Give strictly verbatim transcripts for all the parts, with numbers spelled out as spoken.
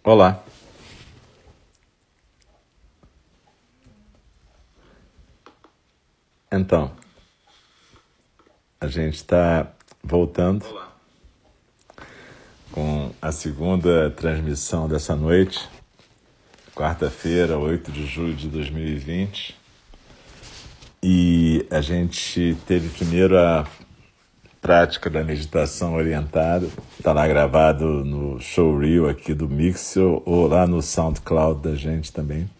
Olá. Então, a gente está voltando Olá. com a segunda transmissão dessa noite, quarta-feira, oito de julho de dois mil e vinte. E a gente teve primeiro a prática da meditação orientada, está lá gravado no Showreel aqui do Mixer ou lá no SoundCloud da gente também.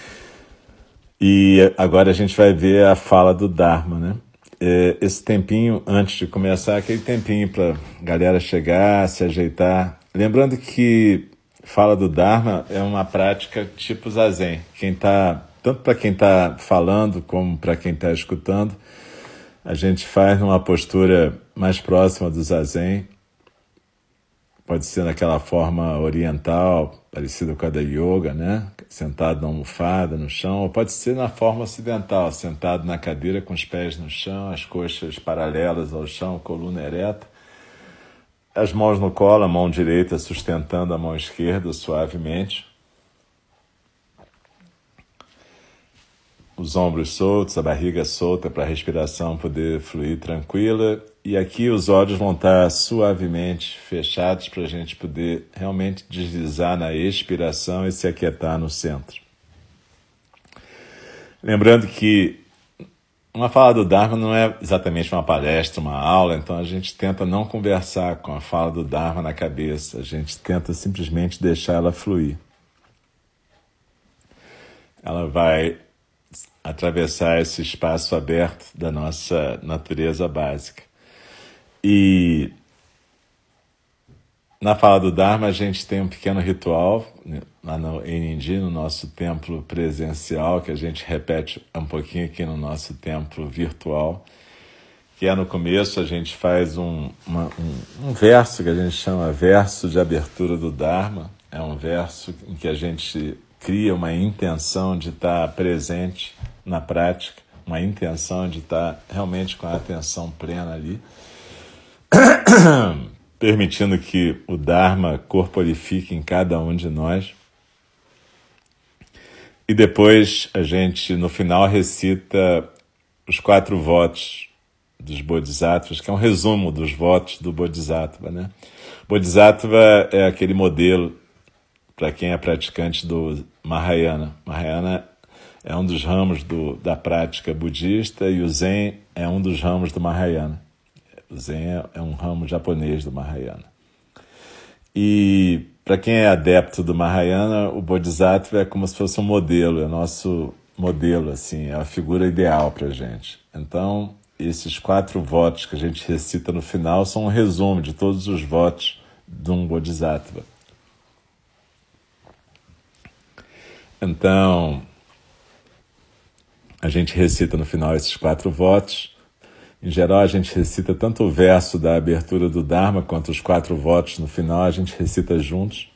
E agora a gente vai ver a fala do Dharma, né? Esse tempinho, antes de começar, aquele tempinho para a galera chegar, se ajeitar. Lembrando que fala do Dharma é uma prática tipo Zazen. Quem tá, tanto para quem está falando como para quem está escutando, a gente faz numa postura mais próxima do Zazen. Pode ser naquela forma oriental, parecida com a da yoga, né? Sentado na almofada, no chão. Ou pode ser na forma ocidental, sentado na cadeira com os pés no chão, as coxas paralelas ao chão, coluna ereta. As mãos no colo, a mão direita sustentando a mão esquerda suavemente. Os ombros soltos, a barriga solta para a respiração poder fluir tranquila. E aqui os olhos vão estar suavemente fechados para a gente poder realmente deslizar na expiração e se aquietar no centro. Lembrando que uma fala do Dharma não é exatamente uma palestra, uma aula, então a gente tenta não conversar com a fala do Dharma na cabeça, a gente tenta simplesmente deixar ela fluir. Ela vai atravessar esse espaço aberto da nossa natureza básica. E na fala do Dharma a gente tem um pequeno ritual lá no Enindi, no nosso templo presencial, que a gente repete um pouquinho aqui no nosso templo virtual, que é no começo a gente faz um, uma, um, um verso que a gente chama verso de abertura do Dharma. É um verso em que a gente cria uma intenção de estar presente na prática, uma intenção de estar realmente com a atenção plena ali, permitindo que o Dharma corporifique em cada um de nós. E depois a gente, no final, recita os quatro votos dos Bodhisattvas, que é um resumo dos votos do Bodhisattva, né? Bodhisattva é aquele modelo para quem é praticante do Mahayana. Mahayana é um dos ramos do, da prática budista e o Zen é um dos ramos do Mahayana. O Zen é, é um ramo japonês do Mahayana. E para quem é adepto do Mahayana, o Bodhisattva é como se fosse um modelo, é nosso modelo, assim, é a figura ideal para a gente. Então, esses quatro votos que a gente recita no final são um resumo de todos os votos de um Bodhisattva. Então, a gente recita no final esses quatro votos. Em geral, a gente recita tanto o verso da abertura do Dharma quanto os quatro votos no final, a gente recita juntos.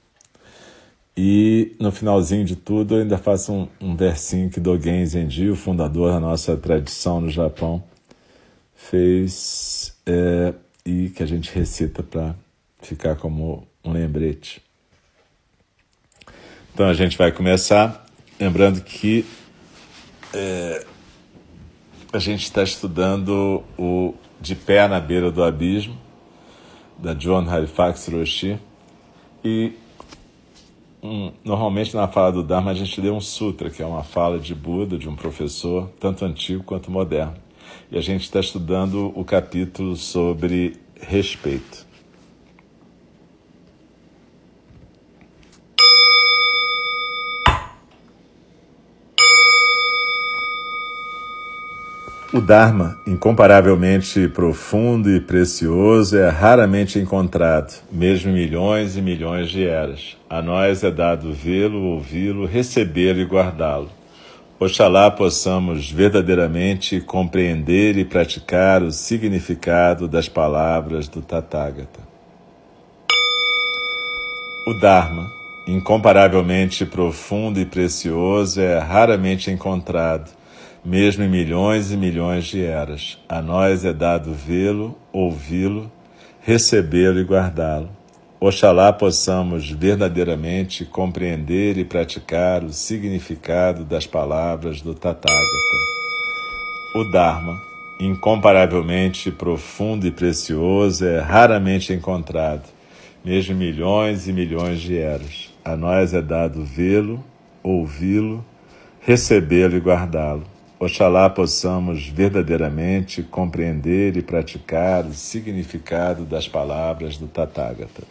E no finalzinho de tudo, eu ainda faço um, um versinho que Dogen Zenji, o fundador da nossa tradição no Japão, fez é, e que a gente recita para ficar como um lembrete. Então a gente vai começar, lembrando que é, a gente está estudando o De Pé na Beira do Abismo, da John Halifax Roshi, e um, normalmente na fala do Dharma a gente lê um sutra, que é uma fala de Buda, de um professor, tanto antigo quanto moderno. E a gente está estudando o capítulo sobre respeito. O Dharma, incomparavelmente profundo e precioso, é raramente encontrado, mesmo em milhões e milhões de eras. A nós é dado vê-lo, ouvi-lo, recebê-lo e guardá-lo. Oxalá possamos verdadeiramente compreender e praticar o significado das palavras do Tathagata. O Dharma, incomparavelmente profundo e precioso, é raramente encontrado, mesmo em milhões e milhões de eras. A nós é dado vê-lo, ouvi-lo, recebê-lo e guardá-lo. Oxalá possamos verdadeiramente compreender e praticar o significado das palavras do Tathagata. O Dharma, incomparavelmente profundo e precioso, é raramente encontrado, mesmo milhões e milhões de eras. A nós é dado vê-lo, ouvi-lo, recebê-lo e guardá-lo. Oxalá possamos verdadeiramente compreender e praticar o significado das palavras do Tathagata.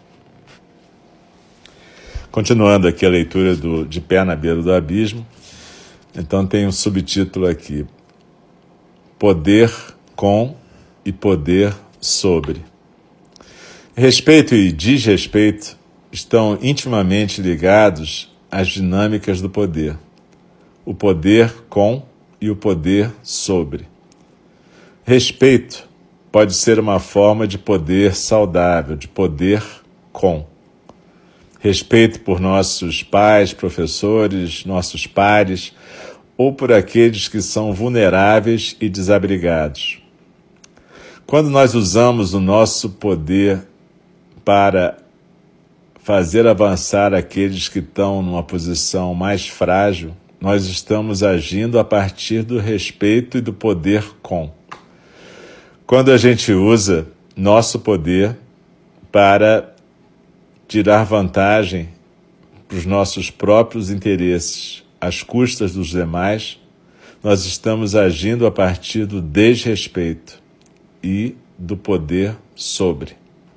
Continuando aqui a leitura do De Pé na Beira do Abismo, então tem um subtítulo aqui: Poder com e poder sobre. Respeito e desrespeito estão intimamente ligados às dinâmicas do poder. O poder com e o poder sobre. Respeito pode ser uma forma de poder saudável, de poder com. Respeito por nossos pais, professores, nossos pares, ou por aqueles que são vulneráveis e desabrigados. Quando nós usamos o nosso poder para fazer avançar aqueles que estão numa posição mais frágil, nós estamos agindo a partir do respeito e do poder com. Quando a gente usa nosso poder para tirar vantagem para os nossos próprios interesses, às custas dos demais, nós estamos agindo a partir do desrespeito e do poder sobre.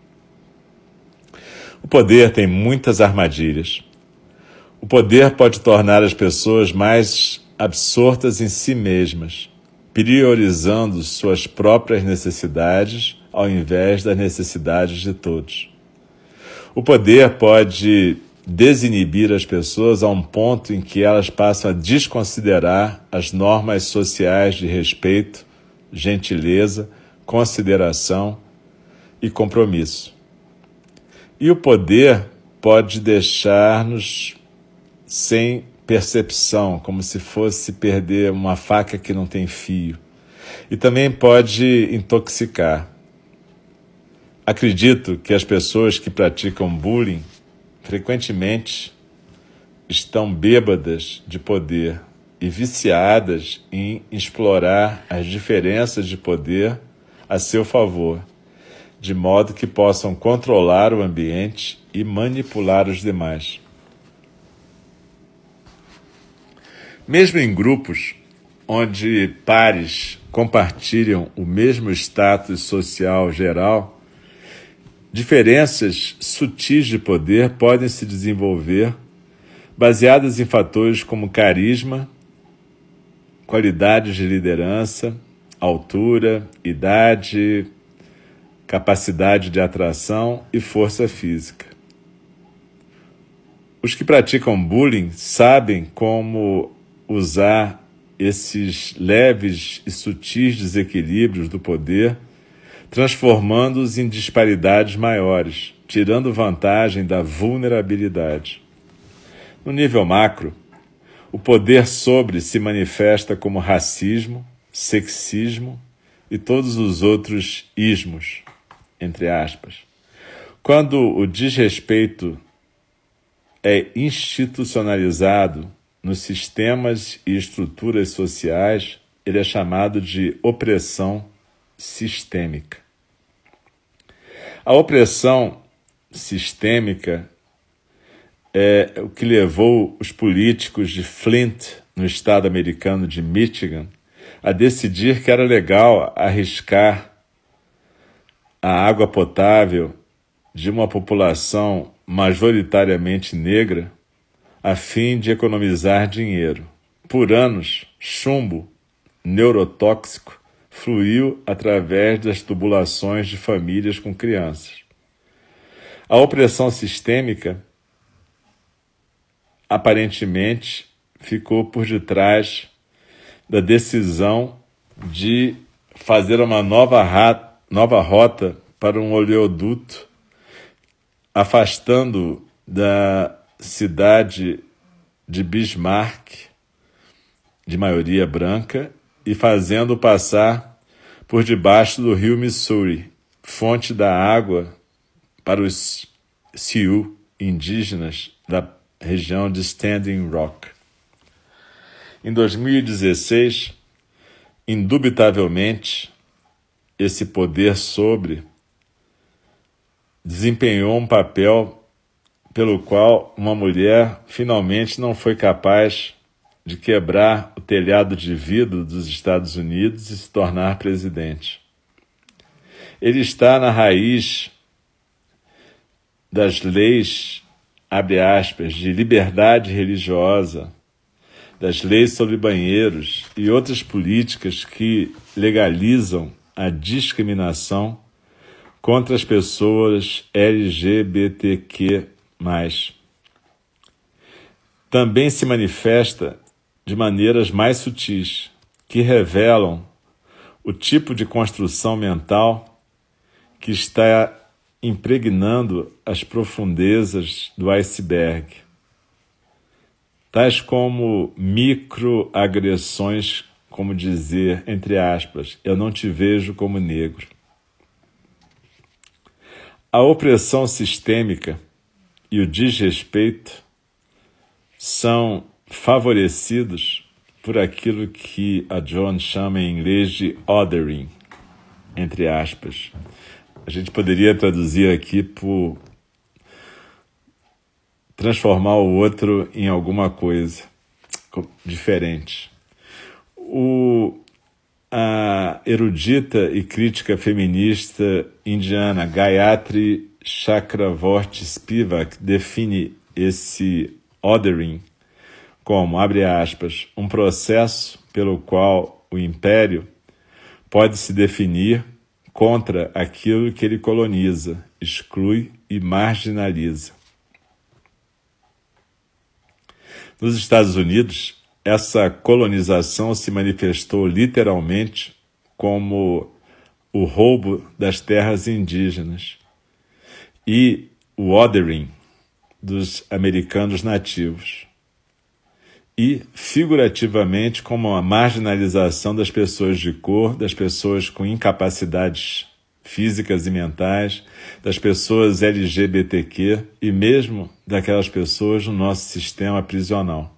O poder tem muitas armadilhas. O poder pode tornar as pessoas mais absortas em si mesmas, priorizando suas próprias necessidades ao invés das necessidades de todos. O poder pode desinibir as pessoas a um ponto em que elas passam a desconsiderar as normas sociais de respeito, gentileza, consideração e compromisso. E o poder pode deixar-nos sem percepção, como se fosse perder uma faca que não tem fio. E também pode intoxicar. Acredito que as pessoas que praticam bullying frequentemente estão bêbadas de poder e viciadas em explorar as diferenças de poder a seu favor, de modo que possam controlar o ambiente e manipular os demais. Mesmo em grupos onde pares compartilham o mesmo status social geral, diferenças sutis de poder podem se desenvolver baseadas em fatores como carisma, qualidades de liderança, altura, idade, capacidade de atração e força física. Os que praticam bullying sabem como usar esses leves e sutis desequilíbrios do poder, transformando-os em disparidades maiores, tirando vantagem da vulnerabilidade. No nível macro, o poder sobre se manifesta como racismo, sexismo e todos os outros ismos, entre aspas. Quando o desrespeito é institucionalizado nos sistemas e estruturas sociais, ele é chamado de opressão sistêmica. A opressão sistêmica é o que levou os políticos de Flint, no estado americano de Michigan, a decidir que era legal arriscar a água potável de uma população majoritariamente negra a fim de economizar dinheiro. Por anos, chumbo neurotóxico fluiu através das tubulações de famílias com crianças. A opressão sistêmica aparentemente ficou por detrás da decisão de fazer uma nova, ra- nova rota para um oleoduto, afastando da cidade de Bismarck, de maioria branca, e fazendo passar por debaixo do rio Missouri, fonte da água para os Sioux indígenas da região de Standing Rock. Em dois mil e dezesseis, indubitavelmente, esse poder sobre desempenhou um papel pelo qual uma mulher finalmente não foi capaz de quebrar o telhado de vidro dos Estados Unidos e se tornar presidente. Ele está na raiz das leis, abre aspas, de liberdade religiosa, das leis sobre banheiros e outras políticas que legalizam a discriminação contra as pessoas L G B T Q mais. Também se manifesta de maneiras mais sutis, que revelam o tipo de construção mental que está impregnando as profundezas do iceberg, tais como microagressões, como dizer, entre aspas, eu não te vejo como negro. A opressão sistêmica e o desrespeito são favorecidos por aquilo que a Joan chama em inglês de othering, entre aspas. A gente poderia traduzir aqui por transformar o outro em alguma coisa diferente. O, a erudita e crítica feminista indiana Gayatri Chakravorty Spivak define esse othering como, abre aspas, um processo pelo qual o império pode se definir contra aquilo que ele coloniza, exclui e marginaliza. Nos Estados Unidos, essa colonização se manifestou literalmente como o roubo das terras indígenas e o othering dos americanos nativos, e, figurativamente, como a marginalização das pessoas de cor, das pessoas com incapacidades físicas e mentais, das pessoas L G B T Q e mesmo daquelas pessoas no nosso sistema prisional.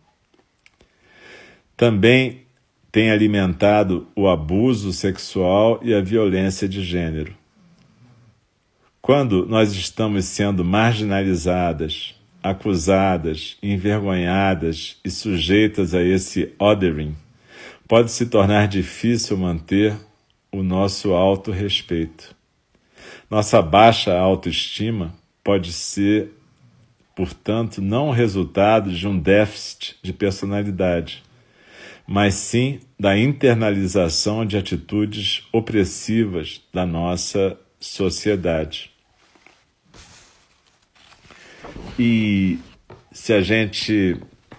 Também tem alimentado o abuso sexual e a violência de gênero. Quando nós estamos sendo marginalizadas, acusadas, envergonhadas e sujeitas a esse othering, pode se tornar difícil manter o nosso autorrespeito. Nossa baixa autoestima pode ser, portanto, não o resultado de um déficit de personalidade, mas sim da internalização de atitudes opressivas da nossa sociedade. E se a gente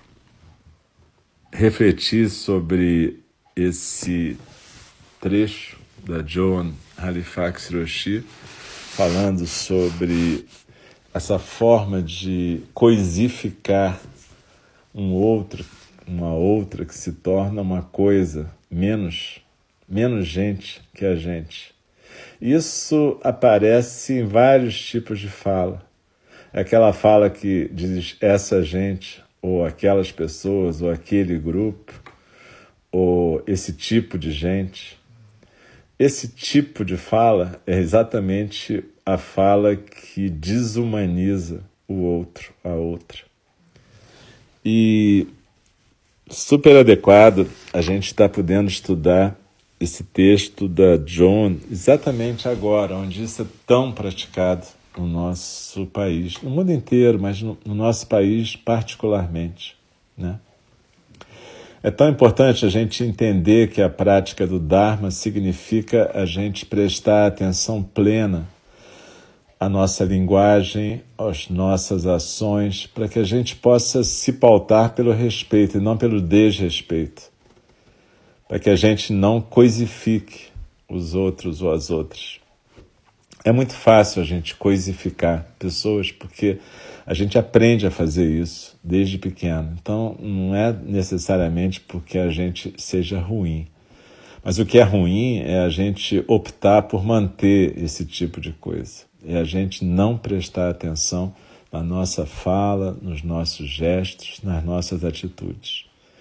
refletir sobre esse trecho da Joan Halifax Roshi, falando sobre essa forma de coisificar um outro, uma outra que se torna uma coisa menos, menos gente que a gente. Isso aparece em vários tipos de fala. Aquela fala que diz essa gente, ou aquelas pessoas, ou aquele grupo, ou esse tipo de gente. Esse tipo de fala é exatamente a fala que desumaniza o outro, a outra. E super adequado a gente está podendo estudar esse texto da Joan exatamente agora, onde isso é tão praticado no nosso país, no mundo inteiro, mas no, no nosso país particularmente, né? É tão importante a gente entender que a prática do Dharma significa a gente prestar atenção plena à nossa linguagem, às nossas ações, para que a gente possa se pautar pelo respeito e não pelo desrespeito, para que a gente não coisifique os outros ou as outras. É muito fácil a gente coisificar pessoas porque a gente aprende a fazer isso desde pequeno. Então, não é necessariamente porque a gente seja ruim. Mas o que é ruim é a gente optar por manter esse tipo de coisa. É a gente não prestar atenção na nossa fala, nos nossos gestos, nas nossas atitudes.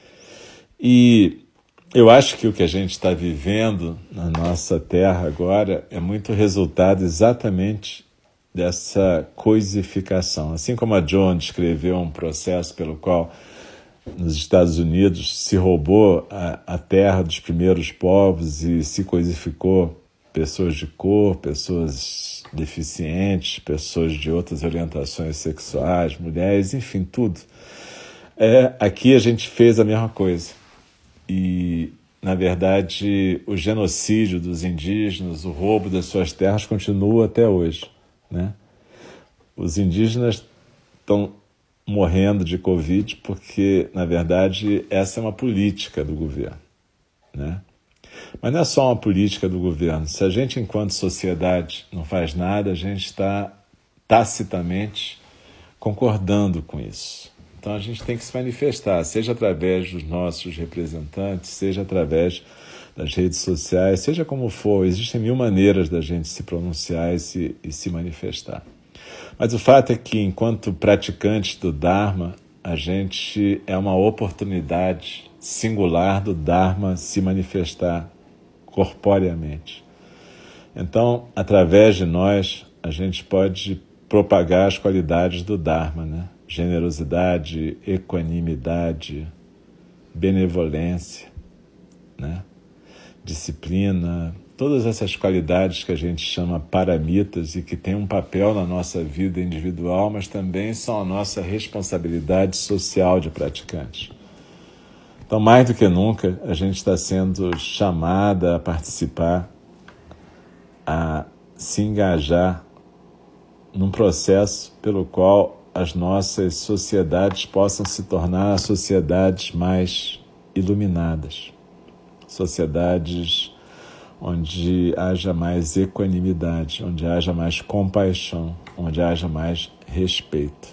E eu acho que o que a gente está vivendo na nossa terra agora é muito resultado exatamente dessa coisificação. Assim como a Joan descreveu um processo pelo qual nos Estados Unidos se roubou a, a terra dos primeiros povos e se coisificou pessoas de cor, pessoas deficientes, pessoas de outras orientações sexuais, mulheres, enfim, tudo. É, aqui a gente fez a mesma coisa. E, na verdade, o genocídio dos indígenas, o roubo das suas terras continua até hoje, né? Os indígenas estão morrendo de Covid porque, na verdade, essa é uma política do governo, né? Mas não é só uma política do governo. Se a gente, enquanto sociedade, não faz nada, a gente está tacitamente concordando com isso. Então a gente tem que se manifestar, seja através dos nossos representantes, seja através das redes sociais, seja como for. Existem mil maneiras da gente se pronunciar e se, e se manifestar. Mas o fato é que, enquanto praticantes do Dharma, a gente é uma oportunidade singular do Dharma se manifestar corporeamente. Então, através de nós, a gente pode propagar as qualidades do Dharma, né? Generosidade, equanimidade, benevolência, né? Disciplina, todas essas qualidades que a gente chama paramitas e que têm um papel na nossa vida individual, mas também são a nossa responsabilidade social de praticantes. Então, mais do que nunca, a gente está sendo chamada a participar, a se engajar num processo pelo qual as nossas sociedades possam se tornar sociedades mais iluminadas, sociedades onde haja mais equanimidade, onde haja mais compaixão, onde haja mais respeito.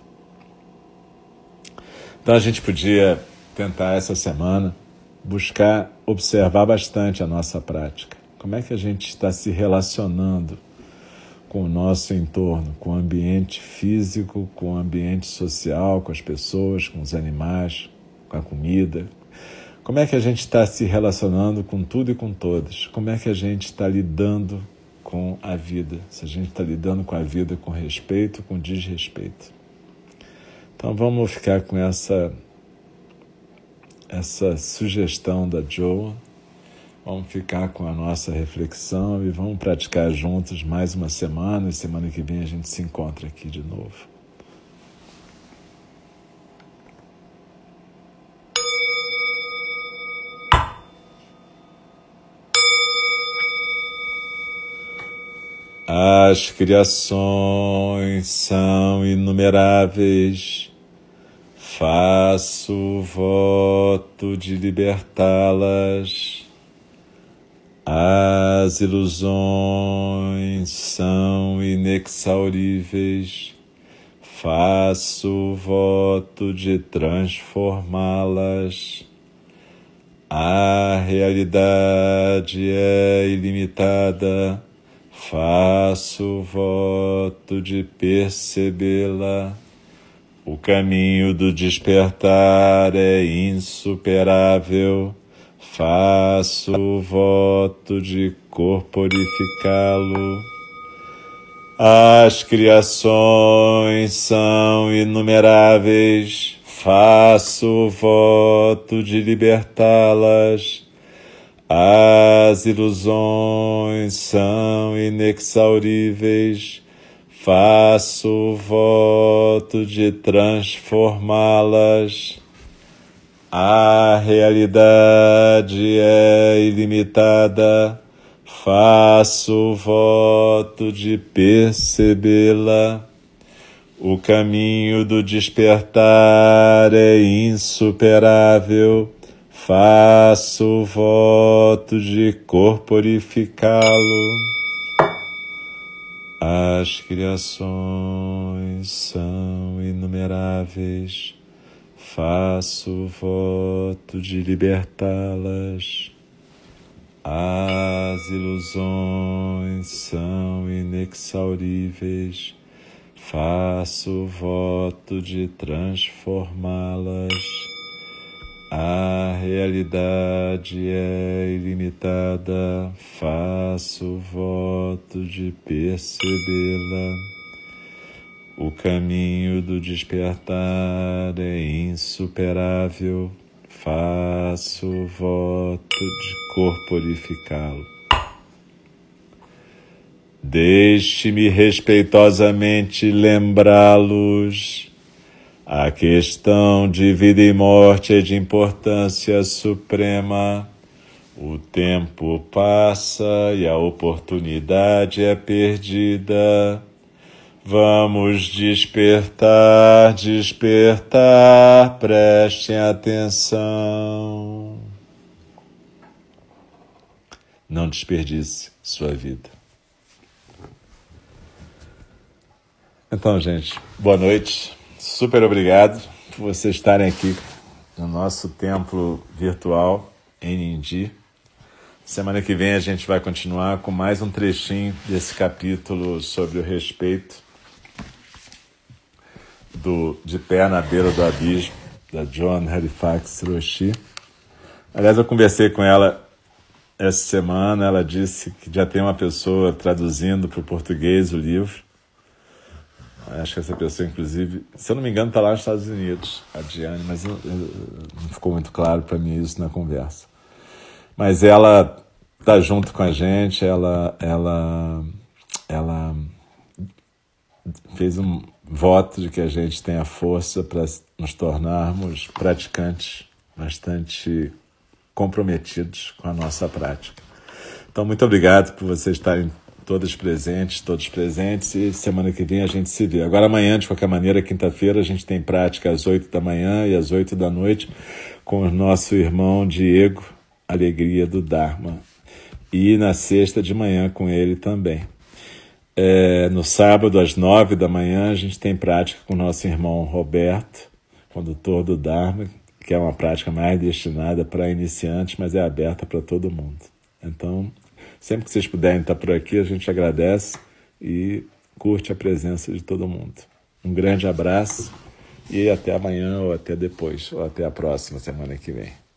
Então a gente podia tentar essa semana buscar observar bastante a nossa prática. Como é que a gente está se relacionando com o nosso entorno, com o ambiente físico, com o ambiente social, com as pessoas, com os animais, com a comida. Como é que a gente está se relacionando com tudo e com todos? Como é que a gente está lidando com a vida? Se a gente está lidando com a vida com respeito, com desrespeito. Então vamos ficar com essa, essa sugestão da Joan. Vamos ficar com a nossa reflexão e vamos praticar juntos mais uma semana, e semana que vem a gente se encontra aqui de novo. As criações são inumeráveis. Faço voto de libertá-las. As ilusões são inexauríveis. Faço voto de transformá-las. A realidade é ilimitada. Faço voto de percebê-la. O caminho do despertar é insuperável. Faço voto de corporificá-lo. As criações são inumeráveis. Faço voto de libertá-las. As ilusões são inexauríveis. Faço voto de transformá-las. A realidade é ilimitada. Faço voto de percebê-la. O caminho do despertar é insuperável. Faço voto de corporificá-lo. As criações são inumeráveis. Faço voto de libertá-las. As ilusões são inexauríveis. faço voto de transformá-las. A realidade é ilimitada, faço voto de percebê-la. O caminho do despertar é insuperável, faço voto de corporificá-lo. Deixe-me respeitosamente lembrá-los. A questão de vida e morte é de importância suprema. O tempo passa e a oportunidade é perdida. Vamos despertar, despertar, prestem atenção. Não desperdice sua vida. Então, gente, boa noite. Super obrigado por vocês estarem aqui no nosso templo virtual em Nindi. Semana que vem a gente vai continuar com mais um trechinho desse capítulo sobre o respeito do De Pé na Beira do Abismo, da Joan Halifax Roshi. Aliás, eu conversei com ela essa semana, ela disse que já tem uma pessoa traduzindo para o português o livro. Acho que essa pessoa, inclusive, se eu não me engano, está lá nos Estados Unidos, a Diane, mas eu, eu, não ficou muito claro para mim isso na conversa. Mas ela está junto com a gente, ela, ela, ela fez um voto de que a gente tenha força para nos tornarmos praticantes bastante comprometidos com a nossa prática. Então, muito obrigado por vocês estarem todas presentes, todos presentes, e semana que vem a gente se vê. Agora amanhã, de qualquer maneira, quinta-feira, a gente tem prática às oito da manhã e às oito da noite com o nosso irmão Diego, Alegria do Dharma. E na sexta de manhã com ele também. É, no sábado, às nove da manhã, a gente tem prática com o nosso irmão Roberto, condutor do Dharma, que é uma prática mais destinada para iniciantes, mas é aberta para todo mundo. Então, sempre que vocês puderem estar por aqui, a gente agradece e curte a presença de todo mundo. Um grande abraço e até amanhã ou até depois, ou até a próxima semana que vem.